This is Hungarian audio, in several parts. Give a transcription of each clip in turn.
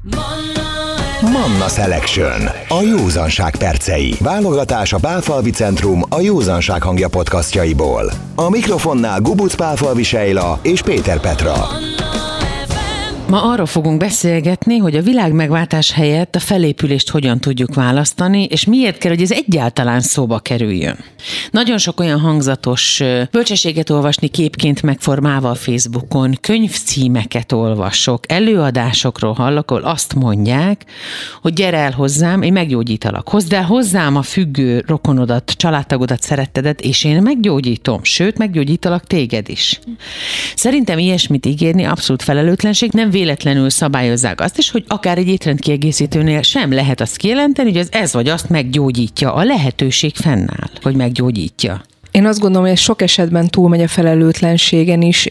Manna Selection. A józanság percei. Válogatás a Pálfalvi Centrum a Józanság hangja podcastjaiból. A mikrofonnál Gubuc Pálfalvi Sejla és Péter Petra. Ma arról fogunk beszélgetni, hogy a világmegváltás helyett a felépülést hogyan tudjuk választani, és miért kell, hogy ez egyáltalán szóba kerüljön. Nagyon sok olyan hangzatos bölcsességet olvasni képként megformálva a Facebookon, könyvcímeket olvasok, előadásokról hallok, ahol azt mondják, hogy gyere el hozzám, én meggyógyítalak. Hozd el hozzám a függő rokonodat, családtagodat, szerettedet, és én meggyógyítom, sőt, meggyógyítalak téged is. Szerintem ilyesmit ígérni abszolút felelőtlenség, nem véletlenül szabályozzák azt is, hogy akár egy étrendkiegészítőnél sem lehet azt kijelenteni, hogy ez vagy azt meggyógyítja. A lehetőség fennáll, hogy meggyógyítja. Én azt gondolom, hogy ez sok esetben túlmegy a felelőtlenségen is,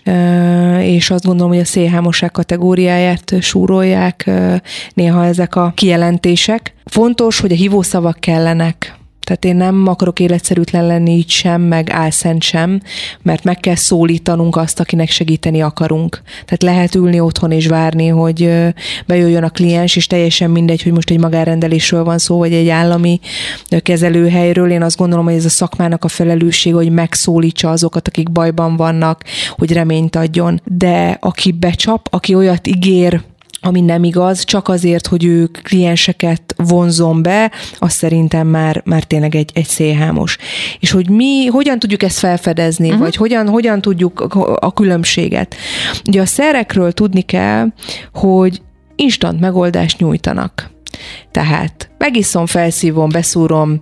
és azt gondolom, hogy a szélhámosság kategóriáját súrolják néha ezek a kijelentések. Fontos, hogy a hívószavak kellenek. Tehát én nem akarok életszerűtlen lenni így sem, meg álszent sem, mert meg kell szólítanunk azt, akinek segíteni akarunk. Tehát lehet ülni otthon és várni, hogy bejöjjön a kliens, és teljesen mindegy, hogy most egy magánrendelésről van szó, vagy egy állami kezelőhelyről. Én azt gondolom, hogy ez a szakmának a felelőssége, hogy megszólítsa azokat, akik bajban vannak, hogy reményt adjon. De aki becsap, aki olyat ígér, ami nem igaz, csak azért, hogy ő klienseket vonzon be, az szerintem már tényleg egy szélhámos. És hogy mi hogyan tudjuk ezt felfedezni, vagy hogyan tudjuk a különbséget. Ugye a szerekről tudni kell, hogy instant megoldást nyújtanak. Tehát megiszom, felszívom, beszúrom,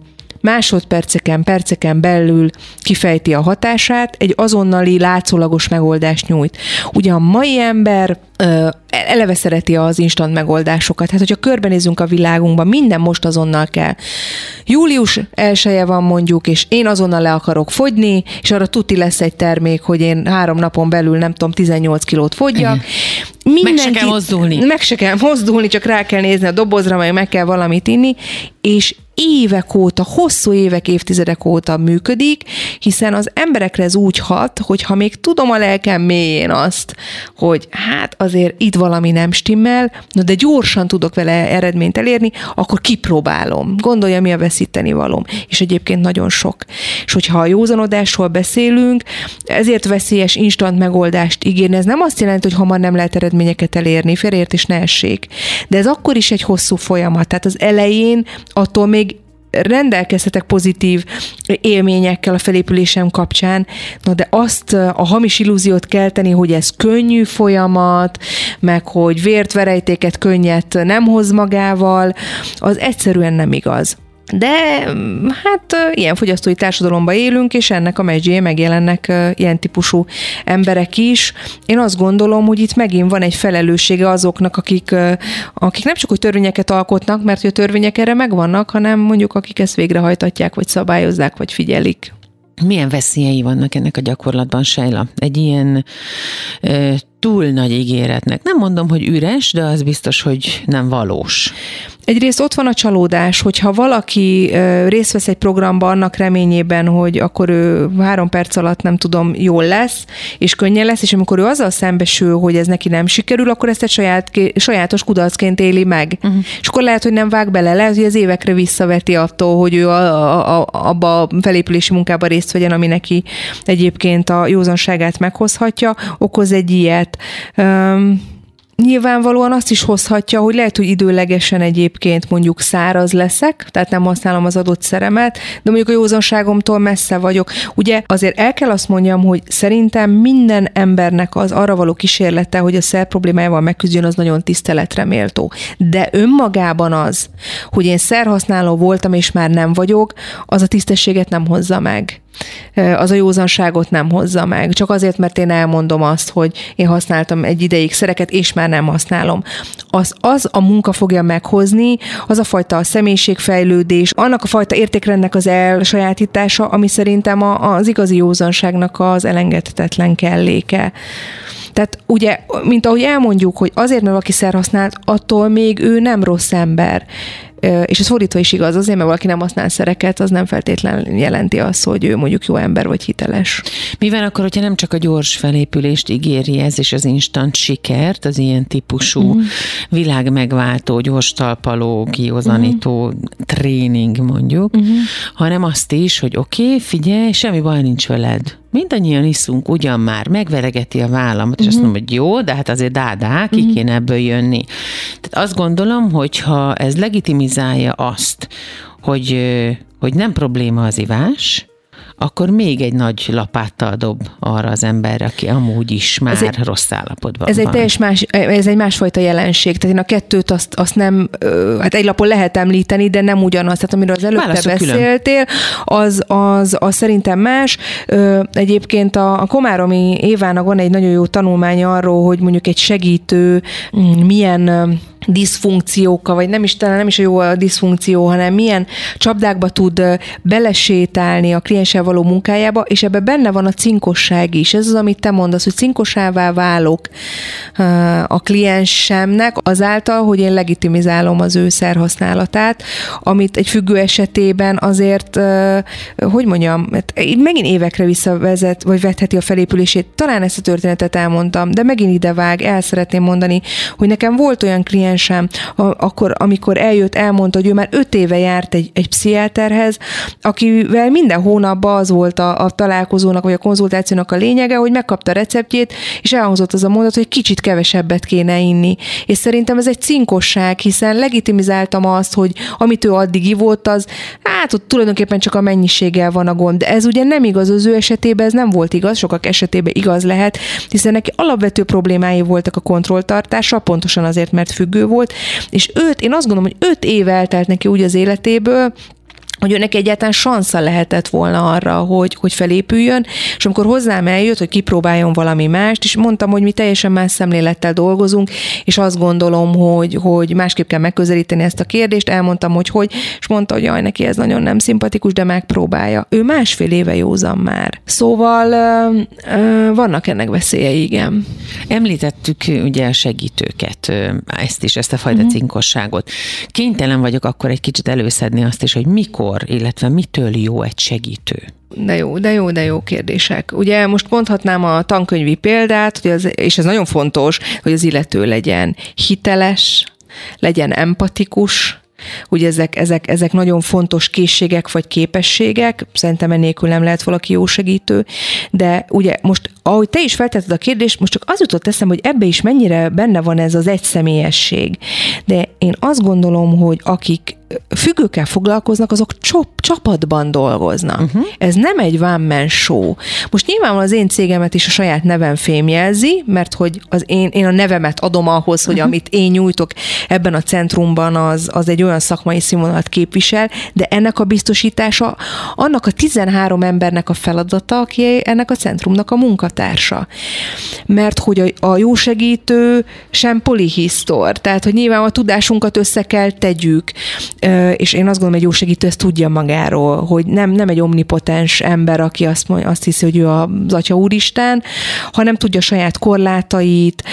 perceken belül kifejti a hatását, egy azonnali, látszólagos megoldást nyújt. Ugye a mai ember eleve szereti az instant megoldásokat. Hát, hogyha körbenézünk a világunkban, minden most azonnal kell. Július 1-e van mondjuk, és én azonnal le akarok fogyni, és arra tuti lesz egy termék, hogy én 3 napon belül, nem tudom, 18 kilót fogyjak. Meg se kell mozdulni. Meg se kell mozdulni, csak rá kell nézni a dobozra, meg kell valamit inni, és évek óta, hosszú évek, évtizedek óta működik, hiszen az emberekre ez úgy hat, hogy ha még tudom a lelkem mélyén azt, hogy hát azért itt valami nem stimmel, de gyorsan tudok vele eredményt elérni, akkor kipróbálom. Gondolja, mi a veszítenivalóm. És egyébként nagyon sok. És hogyha a józanodásról beszélünk, ezért veszélyes instant megoldást ígérni. Ez nem azt jelenti, hogy hamar nem lehet eredményeket elérni, félreértés ne essék. De ez akkor is egy hosszú folyamat. Tehát az elején attól még rendelkezhetek pozitív élményekkel a felépülésem kapcsán, de azt a hamis illúziót kelteni, hogy ez könnyű folyamat, meg hogy vért, verejtéket, könnyet nem hoz magával, az egyszerűen nem igaz. De hát ilyen fogyasztói társadalomban élünk, és ennek a mezsdjén megjelennek ilyen típusú emberek is. Én azt gondolom, hogy itt megint van egy felelőssége azoknak, akik nem csak hogy törvényeket alkotnak, mert hogy a törvények erre megvannak, hanem mondjuk akik ezt végrehajtatják, vagy szabályozzák, vagy figyelik. Milyen veszélyei vannak ennek a gyakorlatban, Sejla? Egy ilyen túl nagy ígéretnek. Nem mondom, hogy üres, de az biztos, hogy nem valós. Egyrészt ott van a csalódás, hogyha valaki részt vesz egy programba annak reményében, hogy akkor ő 3 perc alatt nem tudom, jól lesz, és könnyen lesz, és amikor ő azzal szembesül, hogy ez neki nem sikerül, akkor ezt egy sajátos kudarcként éli meg. És akkor lehet, hogy nem vág bele, lehet, hogy az évekre visszaveti attól, hogy ő abba a felépülési munkába részt vegyen, ami neki egyébként a józanságát meghozhatja, okoz egy ilyet. Nyilvánvalóan azt is hozhatja, hogy lehet, hogy időlegesen egyébként mondjuk száraz leszek, tehát nem használom az adott szeremet, de mondjuk a józanságomtól messze vagyok. Ugye azért el kell azt mondjam, hogy szerintem minden embernek az arra való kísérlete, hogy a szer problémájával megküzdjön, az nagyon tiszteletre méltó. De önmagában az, hogy én szerhasználó voltam és már nem vagyok, az a tisztességet nem hozza meg. Az a józanságot nem hozza meg. Csak azért, mert én elmondom azt, hogy én használtam egy ideig szereket, és már nem használom. Az a munka fogja meghozni, az a fajta személyiségfejlődés, annak a fajta értékrendnek az elsajátítása, ami szerintem az igazi józanságnak az elengedhetetlen kelléke. Tehát ugye, mint ahogy elmondjuk, hogy azért, mert valaki szerhasznált, attól még ő nem rossz ember. és ez fordítva is igaz, azért, mert valaki nem használ szereket, az nem feltétlenül jelenti azt, hogy ő mondjuk jó ember vagy hiteles. Mi van akkor, hogyha nem csak a gyors felépülést ígéri ez, és az instant sikert, az ilyen típusú világmegváltó, gyors talpaló, kiózanító tréning mondjuk, hanem azt is, hogy oké, figyelj, semmi baj nincs veled. Mindannyian iszunk ugyan már, megveregeti a vállamat, és azt mondom, hogy jó, de hát azért ki kéne ebből jönni. Tehát azt gondolom, hogyha ez legitimizálja azt, hogy nem probléma az ivás, akkor még egy nagy lapáttal dob arra az emberre, aki amúgy is már rossz állapotban van. Ez egy másfajta jelenség. Tehát én a kettőt azt nem, hát egy lapon lehet említeni, de nem ugyanaz. Tehát amiről az előbb te beszéltél, az szerintem más. Egyébként a Komáromi Évának van egy nagyon jó tanulmány arról, hogy mondjuk egy segítő milyen diszfunkciókkal, vagy nem is a jó a diszfunkció, hanem milyen csapdákba tud belesétálni a klienssel való munkájába, és ebben benne van a cinkosság is. Ez az, amit te mondasz, hogy cinkosává válok a kliensemnek azáltal, hogy én legitimizálom az ő szerhasználatát, amit egy függő esetében azért, hogy mondjam, így megint évekre visszavezet, vagy vetheti a felépülését. Talán ezt a történetet elmondtam, de megint idevág, el szeretném mondani, hogy nekem volt olyan kliens sem, akkor, amikor eljött, elmondta, hogy ő már 5 éve járt egy pszichiáterhez, akivel minden hónapban az volt a találkozónak, vagy a konzultációnak a lényege, hogy megkapta a receptjét, és elhangzott az a mondat, hogy kicsit kevesebbet kéne inni. És szerintem ez egy cinkosság, hiszen legitimizáltam azt, hogy amit ő addig ivott, az hát ott tulajdonképpen csak a mennyiséggel van a gond. De ez ugye nem igaz, az ő esetében ez nem volt igaz, sokak esetében igaz lehet, hiszen neki alapvető problémái voltak a kontrolltartással, pontosan azért, mert függő volt, és én azt gondolom, hogy 5 év eltelt neki úgy az életéből, hogy őnek egyáltalán sansza lehetett volna arra, hogy felépüljön, és amikor hozzám eljött, hogy kipróbáljon valami mást, és mondtam, hogy mi teljesen más szemlélettel dolgozunk, és azt gondolom, hogy másképp kell megközelíteni ezt a kérdést, elmondtam, hogy, és mondta, hogy jaj, neki ez nagyon nem szimpatikus, de megpróbálja. Ő 1,5 éve józan már. Szóval vannak ennek veszélyei, igen. Említettük ugye a segítőket, ezt a fajta cinkosságot. Kénytelen vagyok akkor egy kicsit előszedni azt is, hogy mikor, illetve mitől jó egy segítő? De jó kérdések. Ugye most mondhatnám a tankönyvi példát, és ez nagyon fontos, hogy az illető legyen hiteles, legyen empatikus, ugye ezek nagyon fontos készségek vagy képességek, szerintem ennélkül nem lehet valaki jó segítő, de ugye most, ahogy te is feltetted a kérdést, most csak az jutott eszembe, hogy ebbe is mennyire benne van ez az egyszemélyesség. De én azt gondolom, hogy akik függőkkel foglalkoznak, azok csapatban dolgoznak. Ez nem egy one-man show. Most nyilvánvalóan az én cégemet is a saját nevem fémjelzi, mert hogy én a nevemet adom ahhoz, hogy amit én nyújtok ebben a centrumban, az egy olyan szakmai színvonalat képvisel, de ennek a biztosítása annak a 13 embernek a feladata, aki ennek a centrumnak a munkatársa. Mert hogy a jó segítő sem polihisztor, tehát hogy nyilván a tudásunkat össze kell tegyük, és én azt gondolom, hogy egy jó segítő ezt tudja magáról, hogy nem egy omnipotens ember, aki azt hiszi, hogy ő az Atya Úristen, hanem tudja saját korlátait,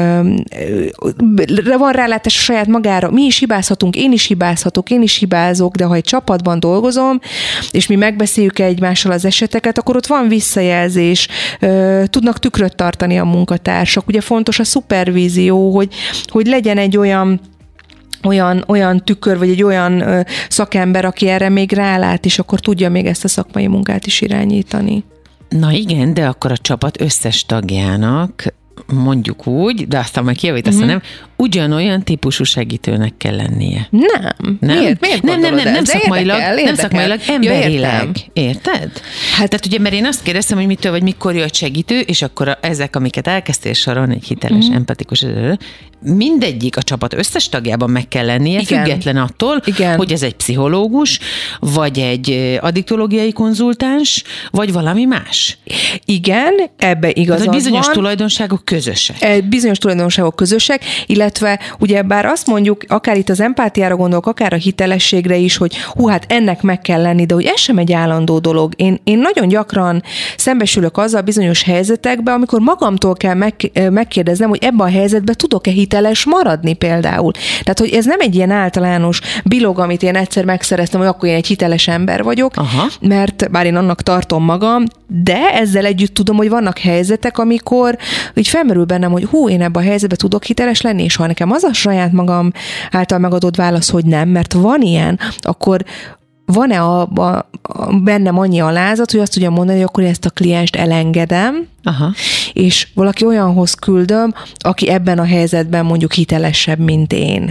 van rálátás a saját magára. Mi is hibázhatunk, én is hibázhatok, én is hibázok, de ha egy csapatban dolgozom, és mi megbeszéljük egymással az eseteket, akkor ott van visszajelzés, tudnak tükröt tartani a munkatársak. Ugye fontos a szupervízió, hogy legyen egy olyan tükör, vagy egy olyan szakember, aki erre még rálát, és akkor tudja még ezt a szakmai munkát is irányítani. Na igen, de akkor a csapat összes tagjának, mondjuk úgy, de aztán majd kijavítasz, nem, ugyanolyan típusú segítőnek kell lennie. Nem. Miért nem szakmailag, emberileg. Érted? Hát tehát ugye, mert én azt kérdeztem, hogy mitől vagy mikor jött segítő, és akkor ezek, amiket elkezdtél sorolni, egy hiteles, empatikus, mindegyik a csapat összes tagjában meg kell lennie, igen. Független attól, igen. Hogy ez egy pszichológus, vagy egy addiktológiai konzultáns, vagy valami más. Igen, ebbe igazad van. Bizonyos tulajdonságok közösek. Bizonyos tulajdonságok közösek, illetve illetve ugye bár azt mondjuk, akár itt az empátiára gondolok, akár a hitelességre is, hogy hát ennek meg kell lenni, de hogy ez sem egy állandó dolog. Én nagyon gyakran szembesülök azzal bizonyos helyzetekben, amikor magamtól kell megkérdeznem, hogy ebben a helyzetben tudok-e hiteles maradni például. Tehát, hogy ez nem egy ilyen általános bilog, amit én egyszer megszereztem, hogy akkor én egy hiteles ember vagyok, mert bár én annak tartom magam, de ezzel együtt tudom, hogy vannak helyzetek, amikor így felmerül bennem, hogy én ebben a helyzetben tudok hiteles lenni, és ha nekem az a saját magam által megadott válasz, hogy nem, mert van ilyen, akkor van-e bennem annyi alázat, hogy azt tudjam mondani, hogy akkor én ezt a klienst elengedem, és valaki olyanhoz küldöm, aki ebben a helyzetben mondjuk hitelesebb, mint én.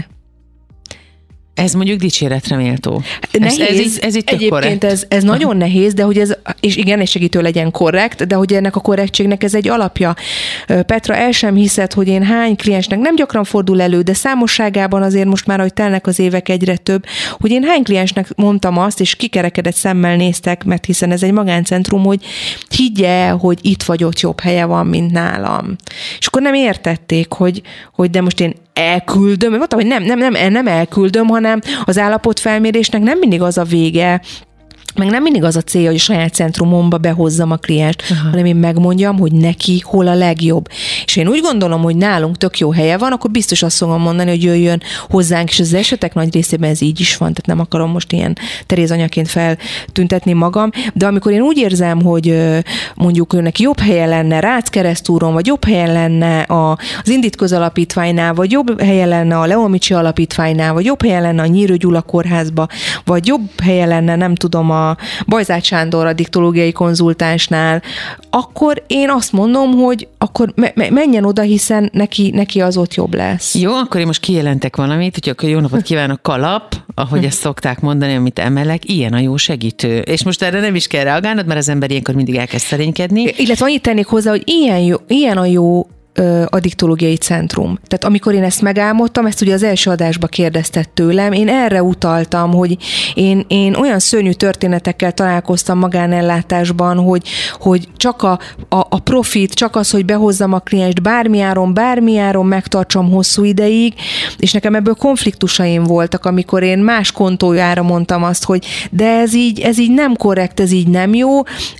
Ez mondjuk dicséretre méltó. Nehéz. Ez itt egyébként ez nagyon nehéz, de hogy ez, és igen, és segítő legyen korrekt, de hogy ennek a korrektségnek ez egy alapja. Petra, el sem hiszed, hogy én hány kliensnek, nem gyakran fordul elő, de számosságában azért most már, hogy telnek az évek egyre több, hogy én hány kliensnek mondtam azt, és kikerekedett szemmel néztek, mert hiszen ez egy magáncentrum, hogy higgye, hogy itt vagy ott jobb helye van, mint nálam. És akkor nem értették, hogy de most én elküldöm, mondtam, hogy nem elküldöm, hanem az állapotfelmérésnek nem mindig az a vége, meg nem mindig az a célja, hogy a saját centrumomba behozzam a klienst, hanem én megmondjam, hogy neki hol a legjobb. És én úgy gondolom, hogy nálunk tök jó helye van, akkor biztos azt fogom mondani, hogy jöjjön hozzánk, és az esetek nagy részében ez így is van, tehát nem akarom most ilyen Teréz anyaként feltüntetni magam, de amikor én úgy érzem, hogy mondjuk neki jobb helye lenne Rácz-Keresztúron, vagy jobb helye lenne az Indit Közalapítványnál, vagy jobb helye lenne a Leomicsi Alapítványnál, vagy jobb helye lenne a Nyírő Gyula Kórházba, vagy jobb helye lenne, nem tudom, a Bajzágy Sándor adiktológiai konzultánsnál, akkor én azt mondom, hogy akkor menjen oda, hiszen neki az ott jobb lesz. Jó, akkor én most kijelentek valamit, hogy akkor jó napot kívánok, kalap, ahogy ezt szokták mondani, amit emelek, ilyen a jó segítő. És most erre nem is kell reagálnod, mert az ember ilyenkor mindig elkezd szerénykedni. Illetve annyit tennék hozzá, hogy ilyen a jó adiktológiai centrum. Tehát amikor én ezt megálmodtam, ezt ugye az első adásba kérdeztett tőlem, én erre utaltam, hogy én olyan szörnyű történetekkel találkoztam magánellátásban, hogy csak a profit, csak az, hogy behozzam a klienst bármi áron megtartsam hosszú ideig, és nekem ebből konfliktusaim voltak, amikor én más kontójára mondtam azt, hogy de ez így nem korrekt, ez így nem jó,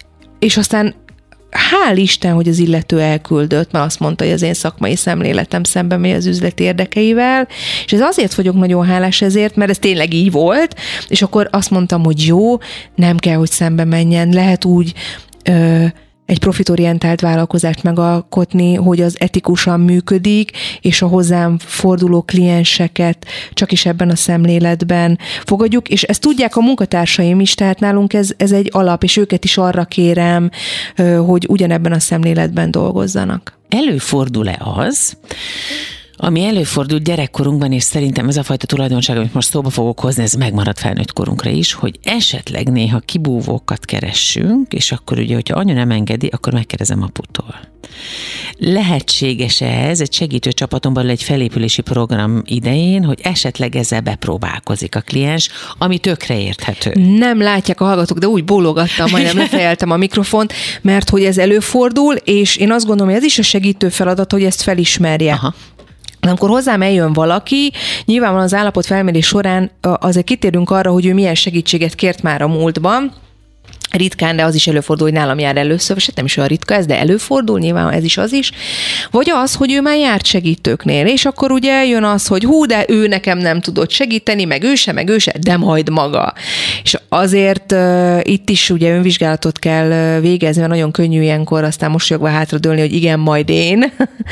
és aztán hál' Isten, hogy az illető elküldött, mert azt mondta, hogy az én szakmai szemléletem szembe megy az üzleti érdekeivel, és ez azért vagyok nagyon hálás ezért, mert ez tényleg így volt, és akkor azt mondtam, hogy jó, nem kell, hogy szembe menjen, lehet úgy egy profitorientált vállalkozást megalkotni, hogy az etikusan működik, és a hozzám forduló klienseket csak is ebben a szemléletben fogadjuk, és ezt tudják a munkatársaim is, tehát nálunk ez egy alap, és őket is arra kérem, hogy ugyanebben a szemléletben dolgozzanak. Előfordul-e az, ami előfordult gyerekkorunkban, és szerintem ez a fajta tulajdonság, amit most szóba fogok hozni, ez megmarad felnőtt korunkra is, hogy esetleg néha kibúvókat keressünk, és akkor ugye, hogyha anya nem engedi, akkor megkérdezem aputól. Lehetséges-e ez egy segítő csapatomban egy felépülési program idején, hogy esetleg ezzel bepróbálkozik a kliens, ami tökre érthető? Nem látják a hallgatók, de úgy bólogattam, majdnem lefejeltem a mikrofont, mert hogy ez előfordul, és én azt gondolom, hogy ez is a segítő feladat, hogy ezt felismerje. Aha. Amikor hozzám eljön valaki, nyilvánvalóan az állapotfelmérés során azért kitérünk arra, hogy ő milyen segítséget kért már a múltban, ritkán, de az is előfordul, hogy nálam jár először, és nem is olyan ritka ez, de előfordul, nyilván ez is az is. Vagy az, hogy ő már járt segítőknél, és akkor ugye jön az, hogy de ő nekem nem tudott segíteni, meg ő se, de majd maga. És azért itt is ugye önvizsgálatot kell végezni, mert nagyon könnyű ilyenkor aztán mosolyogva hátradőlni, hogy igen, majd én.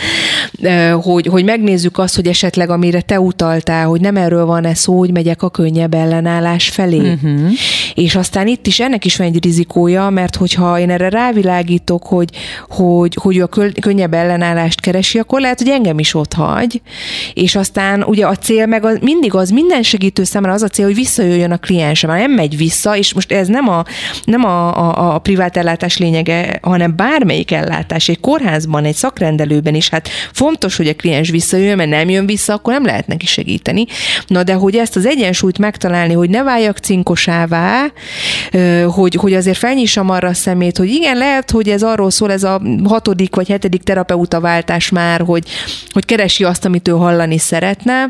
hogy megnézzük azt, hogy esetleg amire te utaltál, hogy nem erről van szó, hogy megyek a könnyebb ellenállás felé. Uh-huh. És aztán itt is ennek is van egy rizikója, mert hogyha én erre rávilágítok, hogy a könnyebb ellenállást keresi, akkor lehet, hogy engem is ott hagy, és aztán ugye a cél meg mindig az, minden segítő számára az a cél, hogy visszajöjjön a kliensem, már nem megy vissza, és most ez nem a privát ellátás lényege, hanem bármelyik ellátás, egy kórházban, egy szakrendelőben is, hát fontos, hogy a kliens visszajöjjön, mert nem jön vissza, akkor nem lehet neki segíteni. Na de hogy ezt az egyensúlyt megtalálni, hogy ne váljak cinkosává, hogy azért felnyissam arra a szemét, hogy igen, lehet, hogy ez arról szól, ez a 6. vagy 7. terapeutaváltás már, hogy keresi azt, amit ő hallani szeretne.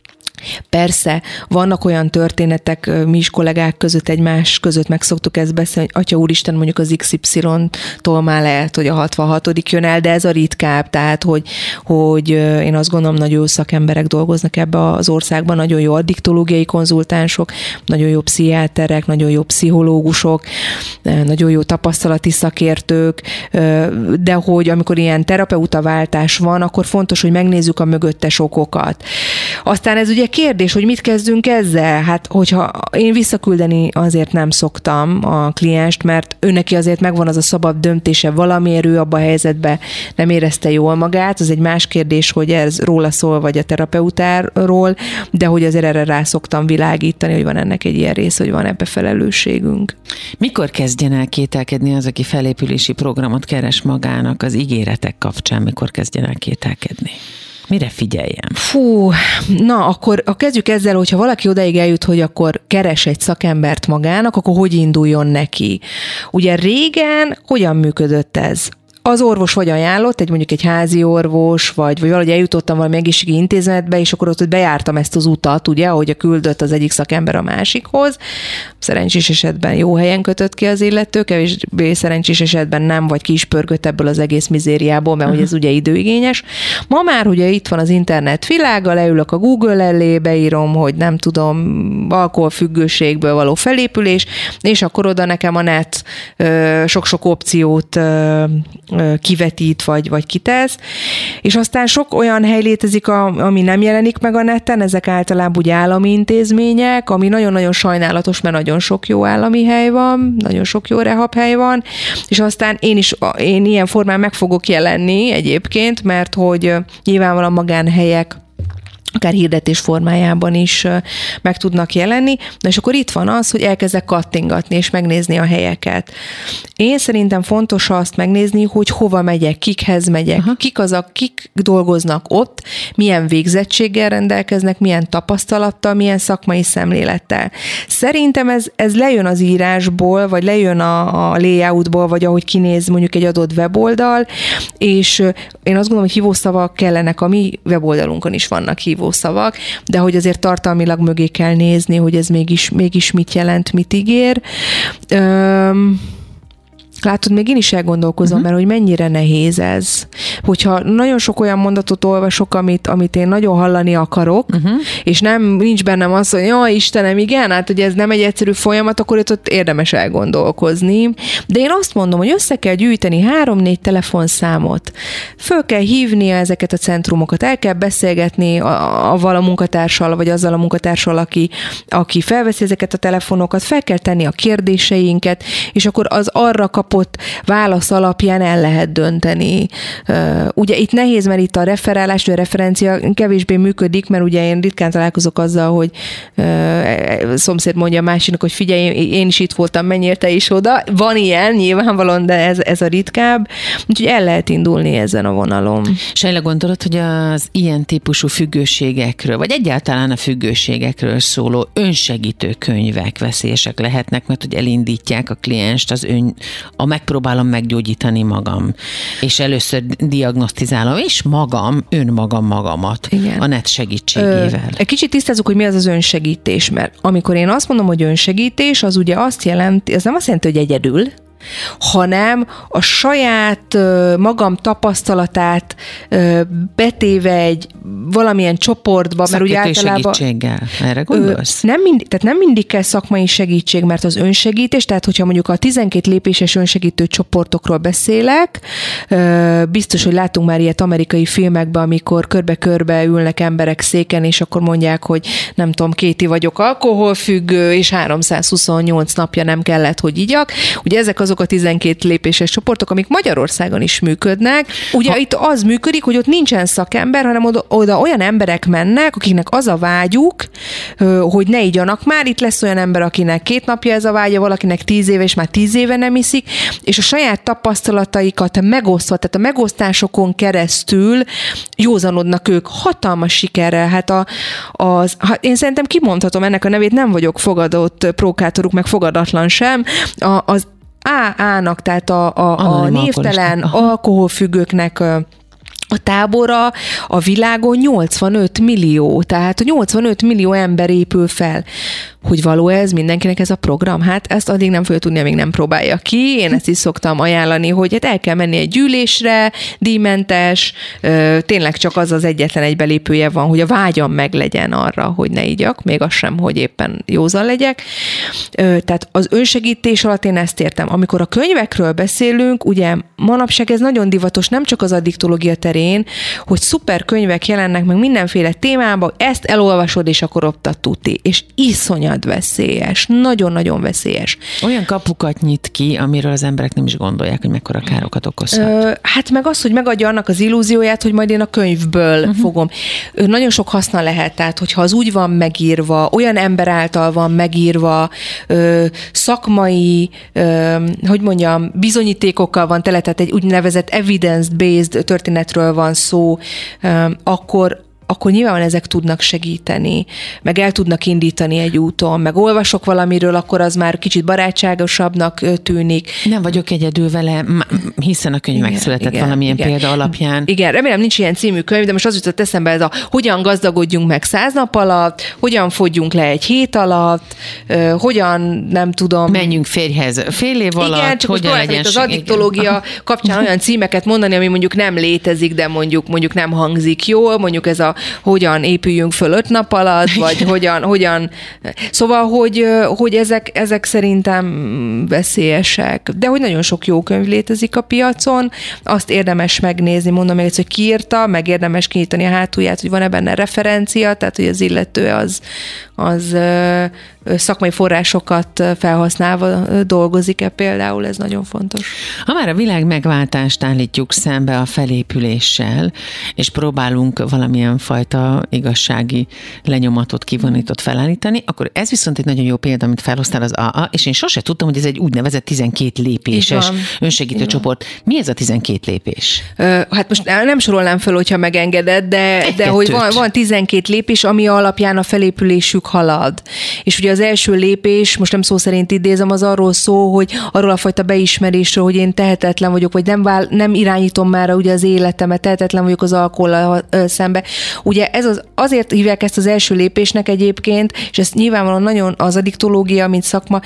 Persze, vannak olyan történetek, mi is kollégák között, egymás között meg szoktuk ezt beszélni, hogy Atya Úristen, mondjuk az XY-tól már lehet, hogy a 66. jön el, de ez a ritkább, tehát, hogy én azt gondolom, nagyon jó szakemberek dolgoznak ebbe az országban, nagyon jó addiktológiai konzultánsok, nagyon jó pszichiáterek, nagyon jó pszichológusok, nagyon jó tapasztalati szakértők, de hogy amikor ilyen terapeutaváltás van, akkor fontos, hogy megnézzük a mögöttes okokat. Aztán ez ugye kérdés, hogy mit kezdünk ezzel? Hát, hogyha én visszaküldeni azért nem szoktam a klienst, mert őneki azért megvan az a szabad döntése, valamiért ő abban a helyzetben nem érezte jól magát, az egy más kérdés, hogy ez róla szól, vagy a terapeutáról, de hogy azért erre rá szoktam világítani, hogy van ennek egy ilyen rész, hogy van ebbe felelősségünk. Mikor kezdjen el kételkedni az, aki felépülési programot keres magának az ígéretek kapcsán, mikor kezdjen el kételkedni? Mire figyeljen? Fú, na, akkor kezdjük ezzel, hogyha valaki odaig eljut, hogy akkor keres egy szakembert magának, akkor hogy induljon neki? Ugye régen hogyan működött ez? Az orvos vagy ajánlott, mondjuk egy házi orvos, vagy valahogy eljutottam valami egészségügyi intézetbe, és akkor ott bejártam ezt az utat, ugye, ahogy küldött az egyik szakember a másikhoz. Szerencsés esetben jó helyen kötött ki az illető, kevésbé szerencsés esetben nem, vagy ki is pörgött ebből az egész mizériából, mert hogy ez ugye időigényes. Ma már ugye itt van az internet világa, leülök a Google elé, beírom, hogy nem tudom, alkoholfüggőségből való felépülés, és akkor oda nekem a net sok-sok opciót kivetít, vagy kitesz, és aztán sok olyan hely létezik, ami nem jelenik meg a neten, ezek általában ugye állami intézmények, ami nagyon-nagyon sajnálatos, mert nagyon sok jó állami hely van, nagyon sok jó rehab hely van, és aztán én ilyen formán meg fogok jelenni egyébként, mert hogy nyilvánvalóan magánhelyek akár hirdetés formájában is meg tudnak jelenni, na és akkor itt van az, hogy elkezdek kattingatni és megnézni a helyeket. Én szerintem fontos azt megnézni, hogy hova megyek, kikhez megyek, kik dolgoznak ott, milyen végzettséggel rendelkeznek, milyen tapasztalattal, milyen szakmai szemlélettel. Szerintem ez lejön az írásból, vagy lejön a layoutból, vagy ahogy kinéz mondjuk egy adott weboldal, és én azt gondolom, hogy hívószavak kellenek, a mi weboldalunkon is vannak hívószavak, de hogy azért tartalmilag mögé kell nézni, hogy ez mégis mit jelent, mit ígér. Látod, még én is elgondolkozom, mert hogy mennyire nehéz ez. Hogyha nagyon sok olyan mondatot olvasok, amit én nagyon hallani akarok, és nincs bennem az, hogy jaj, Istenem, igen, hát ugye ez nem egy egyszerű folyamat, akkor ott érdemes elgondolkozni. De én azt mondom, hogy össze kell gyűjteni 3-4 telefonszámot. Föl kell hívnia ezeket a centrumokat, el kell beszélgetni avval a munkatársal, vagy azzal a munkatársal, aki felveszi ezeket a telefonokat, fel kell tenni a kérdéseinket, és akkor az arra kapott válasz alapján el lehet dönteni. Ugye itt nehéz, mert itt a referálás, a referencia kevésbé működik, mert ugye én ritkán találkozok azzal, hogy szomszéd mondja a másiknak, hogy figyelj, én is itt voltam, menjél te is oda. Van ilyen, nyilvánvalóan, de ez a ritkább. Úgyhogy el lehet indulni ezen a vonalon. Sejle, gondolod, hogy az ilyen típusú függőségekről, vagy egyáltalán a függőségekről szóló önsegítő könyvek veszélyesek lehetnek, mert hogy elindítják a klienst megpróbálom meggyógyítani magam, és először diagnosztizálom, és önmagam magamat. Igen. A net segítségével. Egy kicsit tisztázzuk, hogy mi az önsegítés, mert amikor én azt mondom, hogy önsegítés, az ugye azt jelenti, az nem azt jelenti, hogy egyedül, hanem a saját magam tapasztalatát betéve egy valamilyen csoportba, mert ugye általában... segítséggel, erre gondolsz? Tehát nem mindig kell szakmai segítség, mert az önsegítés, tehát hogyha mondjuk a 12 lépéses önsegítő csoportokról beszélek, biztos, hogy látunk már ilyet amerikai filmekben, amikor körbe-körbe ülnek emberek széken, és akkor mondják, hogy nem tudom, Kéti vagyok alkoholfüggő, és 328 napja nem kellett, hogy igyak. Ugye ezek azok a 12 lépéses csoportok, amik Magyarországon is működnek. Ugye itt az működik, hogy ott nincsen szakember, hanem oda olyan emberek mennek, akiknek az a vágyuk, hogy ne igyanak már. Itt lesz olyan ember, akinek 2 napja ez a vágya, valakinek 10 éve, és már 10 éve nem iszik, és a saját tapasztalataikat megosztva, tehát a megosztásokon keresztül józanodnak ők hatalmas sikerrel. Hát én szerintem kimondhatom ennek a nevét, nem vagyok fogadott prókátoruk, meg fogadatlan sem, az AA-nak, tehát a névtelen alkoholfüggőknek a tábora a világon 85 millió, tehát 85 millió ember épül fel. Hogy való ez, mindenkinek ez a program? Hát ezt addig nem fogja tudni, amíg nem próbálja ki. Én ezt is szoktam ajánlani, hogy hát el kell menni egy gyűlésre, díjmentes, tényleg csak az egyetlen egy belépője van, hogy a vágyam meg legyen arra, hogy ne igyak, még az sem, hogy éppen józan legyek. Tehát az önsegítés alatt én ezt értem. Amikor a könyvekről beszélünk, ugye manapság ez nagyon divatos, nem csak az addiktológia terén, hogy szuper könyvek jelennek meg mindenféle témában, ezt elolvasod, és akkor optat tuti. És iszonyat veszélyes, nagyon-nagyon veszélyes. Olyan kapukat nyit ki, amiről az emberek nem is gondolják, hogy mekkora károkat okozhat. Hát meg az, hogy megadja annak az illúzióját, hogy majd én a könyvből fogom. Nagyon sok haszna lehet, tehát hogyha az úgy van megírva, olyan ember által van megírva, szakmai, hogy mondjam, bizonyítékokkal van tele, tehát egy úgynevezett evidence-based történetről van szó, akkor nyilván ezek tudnak segíteni, meg el tudnak indítani egy úton, meg olvasok valamiről, akkor az már kicsit barátságosabbnak tűnik. Nem vagyok egyedül vele, hiszen a könyv megszületett valamilyen példa alapján. Igen, remélem nincs ilyen című könyv, de most az jutott eszembe ez a hogyan gazdagodjunk meg 100 nap alatt, hogyan fogyjunk le egy hét alatt, hogyan, nem tudom. Menjünk férjhez fél év alatt, igen, csak hogyan legyen az addiktológia kapcsán olyan címeket mondani, ami mondjuk nem létezik, de mondjuk nem hangzik jól, mondjuk ez a hogyan épüljünk föl 5 nap alatt, vagy hogyan. Szóval, hogy ezek szerintem veszélyesek. De hogy nagyon sok jó könyv létezik a piacon, azt érdemes megnézni, mondom még egyszer, hogy ki írta, meg érdemes kinyitani a hátulját, hogy van-e benne referencia, tehát hogy az illető az szakmai forrásokat felhasználva dolgozik-e például, ez nagyon fontos. Ha már a világ megváltást állítjuk szembe a felépüléssel, és próbálunk valamilyen fajta igazsági lenyomatot, kivonított felállítani, akkor ez viszont egy nagyon jó példa, amit felhoztál az AA, és én sose tudtam, hogy ez egy úgynevezett 12 lépéses önsegítő csoport. Mi ez a 12 lépés? Hát most nem sorolnám föl, hogyha megengeded, de hogy van 12 lépés, ami alapján a felépülésük halad. És ugye az első lépés, most nem szó szerint idézem, az arról szól, hogy arról a fajta beismerésről, hogy én tehetetlen vagyok, vagy nem irányítom már ugye az életemet, tehetetlen vagyok az alkohollal szembe. Ugye azért hívják ezt az első lépésnek egyébként, és ezt nyilvánvalóan nagyon az addiktológia, mint szakma,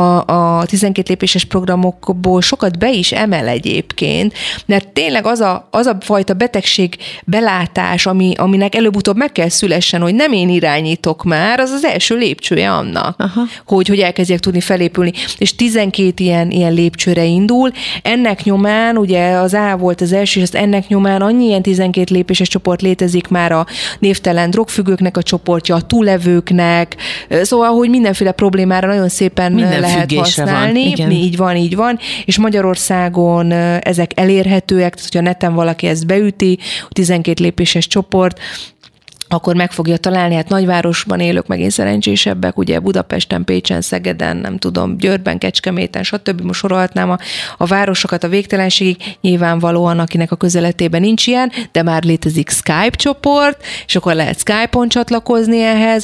a 12 lépéses programokból sokat be is emel egyébként, mert tényleg az a fajta betegség belátás, aminek előbb-utóbb meg kell szülessen, hogy nem én irányítok már, az első lépcsője annak, hogy elkezdjek tudni felépülni. És 12 ilyen lépcsőre indul. Ennek nyomán, ugye az A volt az első, és azt ennek nyomán annyi ilyen 12 lépéses csoport létezik már a névtelen drogfüggőknek a csoportja, a túlevőknek, szóval, hogy mindenféle problémára nagyon szépen minden lehet használni. Így van. És Magyarországon ezek elérhetőek, tehát hogyha neten valaki ezt beüti, 12 lépéses csoport, akkor meg fogja találni, hát nagyvárosban élők megint szerencsésebbek, ugye Budapesten, Pécsen, Szegeden, nem tudom, Győrben, Kecskeméten, stb. Most sorolhatnám a városokat a végtelenségig, nyilvánvalóan, akinek a közeletében nincs ilyen, de már létezik Skype csoport, és akkor lehet Skype-on csatlakozni ehhez,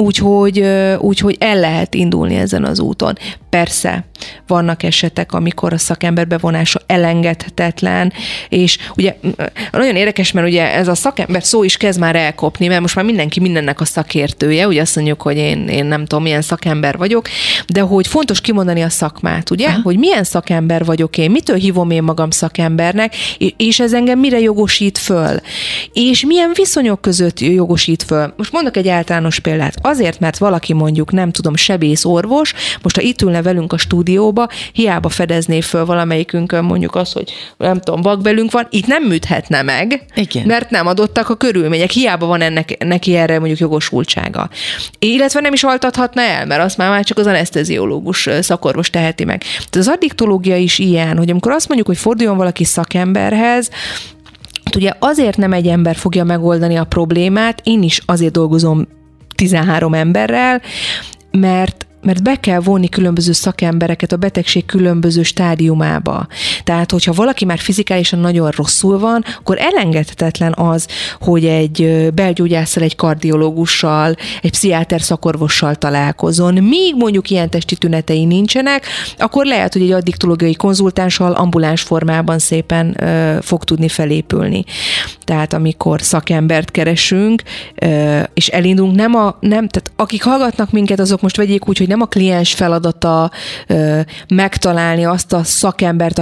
úgyhogy el lehet indulni ezen az úton. Persze, vannak esetek, amikor a szakember bevonása elengedhetetlen, és ugye nagyon érdekes, mert ugye ez a szakember szó is kezd már elkopni, mert most már mindenki mindennek a szakértője, ugye azt mondjuk, hogy én nem tudom, milyen szakember vagyok, de hogy fontos kimondani a szakmát, ugye? Hogy milyen szakember vagyok én, mitől hívom én magam szakembernek, és ez engem mire jogosít föl, és milyen viszonyok között jogosít föl. Most mondok egy általános példát. Azért, mert valaki mondjuk, nem tudom, sebész orvos, most ha itt ülne velünk a stúdióba, hiába fedezné föl valamelyikünkön mondjuk azt, hogy nem tudom, vakbelünk van, itt nem műthetne meg, igen, mert nem adottak a körülmények, hiába van neki erre mondjuk jogosultsága. Illetve nem is altathatna el, mert azt már csak az aneszteziológus szakorvos teheti meg. Tehát az addiktológia is ilyen, hogy amikor azt mondjuk, hogy forduljon valaki szakemberhez, ugye azért nem egy ember fogja megoldani a problémát, én is azért dolgozom 13 emberrel, mert mert be kell vonni különböző szakembereket a betegség különböző stádiumába. Tehát, hogyha valaki már fizikálisan nagyon rosszul van, akkor elengedhetetlen az, hogy egy belgyógyásszal, egy kardiológussal, egy pszichiáter szakorvossal találkozon. Míg mondjuk ilyen testi tünetei nincsenek, akkor lehet, hogy egy addiktológiai konzultánssal ambuláns formában szépen fog tudni felépülni. Tehát amikor szakembert keresünk, és elindulunk, tehát akik hallgatnak minket, azok most vegyék úgy, hogy nem a kliens feladata megtalálni azt a szakembert,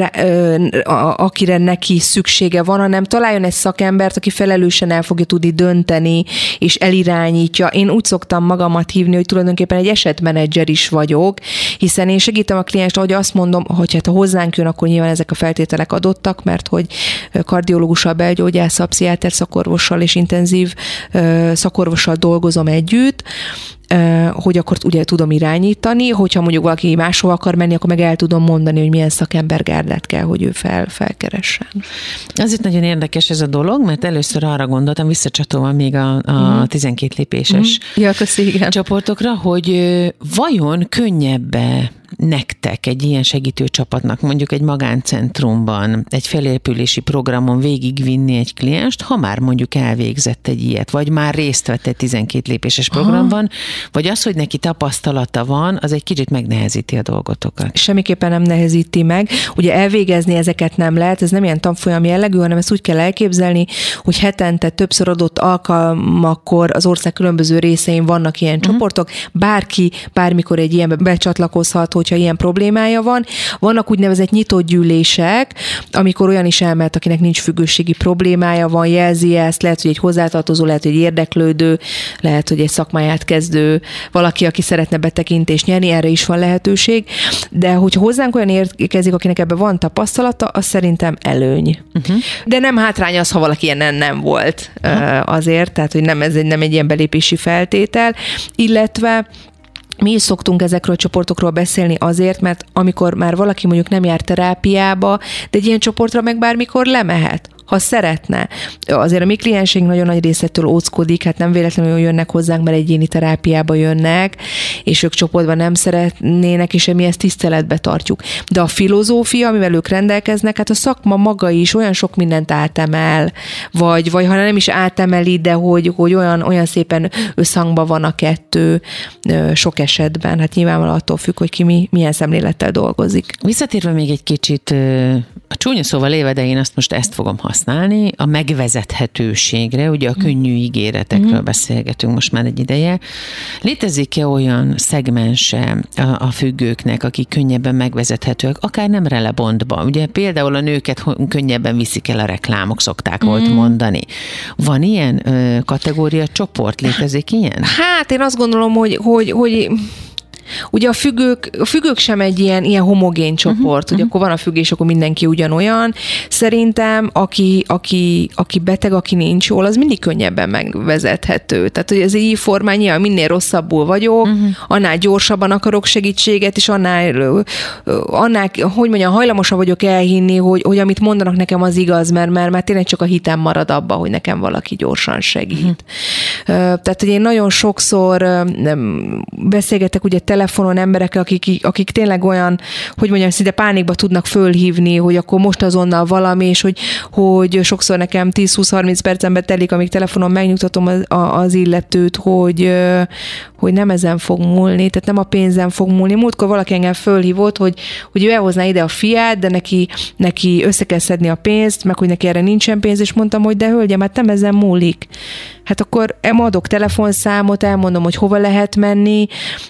akire neki szüksége van, hanem találjon egy szakembert, aki felelősen el fogja tudni dönteni, és elirányítja. Én úgy szoktam magamat hívni, hogy tulajdonképpen egy esetmenedzser is vagyok, hiszen én segítem a klienst, ahogy azt mondom, hogy hát ha hozzánk jön, akkor nyilván ezek a feltételek adottak, mert hogy kardiológussal, belgyógyásszal, pszichiáter szakorvossal és intenzív szakorvossal dolgozom együtt, hogy akkor ugye tudom irányítani, hogyha mondjuk valaki máshova akar menni, akkor meg el tudom mondani, hogy milyen szakembergárdát kell, hogy ő felkeressen. Azért nagyon érdekes ez a dolog, mert először arra gondoltam, visszacsatolva még a 12 lépéses csoportokra, hogy vajon könnyebb-e nektek egy ilyen segítő csapatnak, mondjuk egy magáncentrumban, egy felépülési programon végigvinni egy klienst, ha már mondjuk elvégzett egy ilyet, vagy már részt vett egy 12 lépéses programban, vagy az, hogy neki tapasztalata van, az egy kicsit megnehezíti a dolgotokat. Semmiképpen nem nehezíti meg. Ugye elvégezni ezeket nem lehet, ez nem ilyen tanfolyam jellegű, hanem ezt úgy kell elképzelni, hogy hetente többször adott alkalmakkor az ország különböző részein vannak ilyen csoportok, bárki bármikor egy ilyenbe becsatlakozhat, hogyha ilyen problémája van. Vannak úgynevezett nyitott gyűlések, amikor olyan is elmehet, akinek nincs függőségi problémája van, jelzi ezt, lehet, hogy egy hozzátartozó, lehet, hogy egy érdeklődő, lehet, hogy egy szakmáját kezdő, valaki, aki szeretne betekintést nyerni, erre is van lehetőség, de hogyha hozzánk olyan érkezik, akinek ebben van tapasztalata, az szerintem előny. De nem hátrány az, ha valaki ilyen nem volt azért, tehát hogy nem egy ilyen belépési feltétel, illetve mi is szoktunk ezekről a csoportokról beszélni azért, mert amikor már valaki mondjuk nem jár terápiába, de egy ilyen csoportra meg bármikor lemehet, ha szeretne. Azért a mi klienseink nagyon nagy részétől óckodik, hát nem véletlenül jönnek hozzánk, mert egyéni terápiába jönnek, és ők csoportban nem szeretnének, és mi ezt tiszteletbe tartjuk. De a filozófia, amivel ők rendelkeznek, hát a szakma maga is olyan sok mindent átemel, vagy ha nem is átemeli, de hogy olyan szépen összhangban van a kettő sok esetben. Hát nyilvánvalóan attól függ, hogy ki milyen szemlélettel dolgozik. Visszatérve még egy kicsit a csúnya szóval élve, de én ezt fogom használni, a megvezethetőségre, ugye a könnyű ígéretekről beszélgetünk most már egy ideje. Létezik-e olyan szegmense a függőknek, akik könnyebben megvezethetőek, akár nem relebontban? Ugye például a nőket könnyebben viszik el a reklámok, szokták volt mondani. Van ilyen kategória csoport? Létezik ilyen? Hát én azt gondolom, hogy ugye a függők sem egy ilyen homogén csoport, hogy akkor van a függés, akkor mindenki ugyanolyan. Szerintem, aki beteg, aki nincs jól, az mindig könnyebben megvezethető. Tehát, hogy az így formán nyilván minél rosszabbul vagyok, annál gyorsabban akarok segítséget, és annál hogy mondjam, hajlamosabb vagyok elhinni, hogy amit mondanak nekem az igaz, mert tényleg csak a hitem marad abba, hogy nekem valaki gyorsan segít. Tehát, hogy én nagyon sokszor beszélgetek ugye telefonon emberekkel, akik tényleg olyan, hogy mondjam, szinte pánikba tudnak fölhívni, hogy akkor most azonnal valami, és hogy sokszor nekem 10-20-30 percembe telik, amíg telefonon megnyugtatom az illetőt, hogy nem ezen fog múlni, tehát nem a pénzen fog múlni. Múltkor valaki engem fölhívott, hogy ő elhozná ide a fiát, de neki össze kell szedni a pénzt, meg hogy neki erre nincsen pénz, és mondtam, hogy de hölgyem, hát nem ezen múlik. Hát akkor adok telefonszámot, elmondom, hogy hova lehet menni,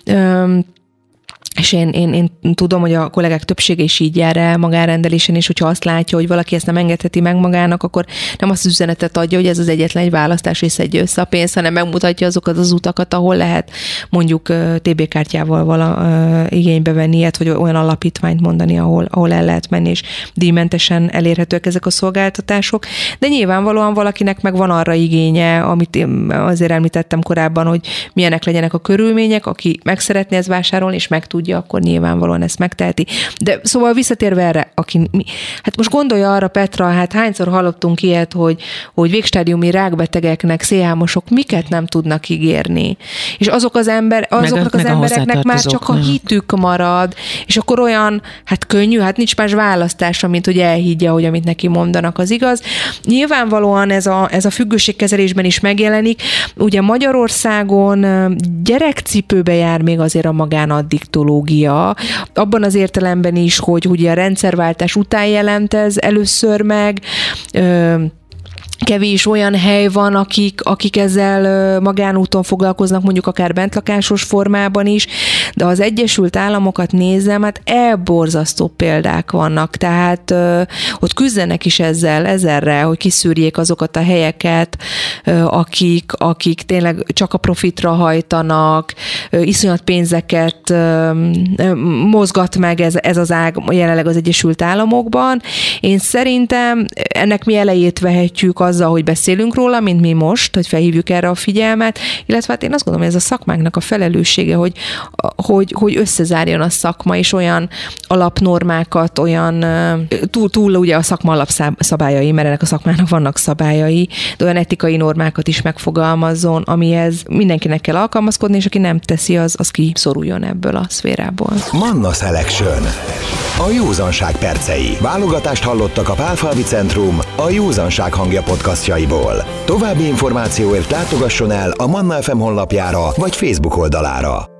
és én tudom, hogy a kollégák többsége is így jár el magánrendelésen, és hogyha azt látja, hogy valaki ezt nem engedheti meg magának, akkor nem azt az üzenetet adja, hogy ez az egyetlen egy választás, és szedje össze a pénzt, hanem megmutatja azokat az utakat, ahol lehet mondjuk TB kártyával igénybe venni ilyet, vagy olyan alapítványt mondani, ahol el lehet menni, és díjmentesen elérhetőek ezek a szolgáltatások. De nyilvánvalóan valakinek meg van arra igénye, amit én azért említettem korábban, hogy milyenek legyenek a körülmények, aki meg szeretné ezt vásárolni, és meg tudja tudja, akkor nyilvánvalóan ezt megteheti. De szóval visszatérve erre, hát most gondolja arra, Petra, hát hányszor hallottunk ilyet, hogy végstádiumi rákbetegeknek szélhámosok miket nem tudnak ígérni. És azoknak az embereknek már csak a hitük marad, és akkor olyan, hát könnyű, hát nincs más választása, mint hogy elhiggye, hogy amit neki mondanak, az igaz. Nyilvánvalóan ez a függőségkezelésben is megjelenik. Ugye Magyarországon gyerekcipőbe jár még azért a magánaddiktológia, abban az értelemben is, hogy ugye a rendszerváltás után jelent ez először meg, kevés olyan hely van, akik ezzel magánúton foglalkoznak, mondjuk akár bentlakásos formában is, de az Egyesült Államokat nézem, hát elborzasztó példák vannak, tehát ott küzdenek is ezerre, hogy kiszűrjék azokat a helyeket, akik tényleg csak a profitra hajtanak, iszonyat pénzeket mozgat meg ez az ág jelenleg az Egyesült Államokban. Én szerintem ennek mi elejét vehetjük azzal, hogy beszélünk róla, mint mi most, hogy felhívjuk erre a figyelmet, illetve hát én azt gondolom, hogy ez a szakmáknak a felelőssége, hogy összezárjon a szakma, és olyan alapnormákat, olyan túl ugye a szakma alapszabályai, mert ennek a szakmának vannak szabályai, de olyan etikai normákat is megfogalmazzon, amihez mindenkinek kell alkalmazkodni, és aki nem teszi, az kiszoruljon ebből a szférából. Manna Selection. A józanság percei. Válogatást hallottak a Pálfalvi Centrum a Józanság hangja podcastjaiból. További információért látogasson el a Manna FM honlapjára vagy Facebook oldalára.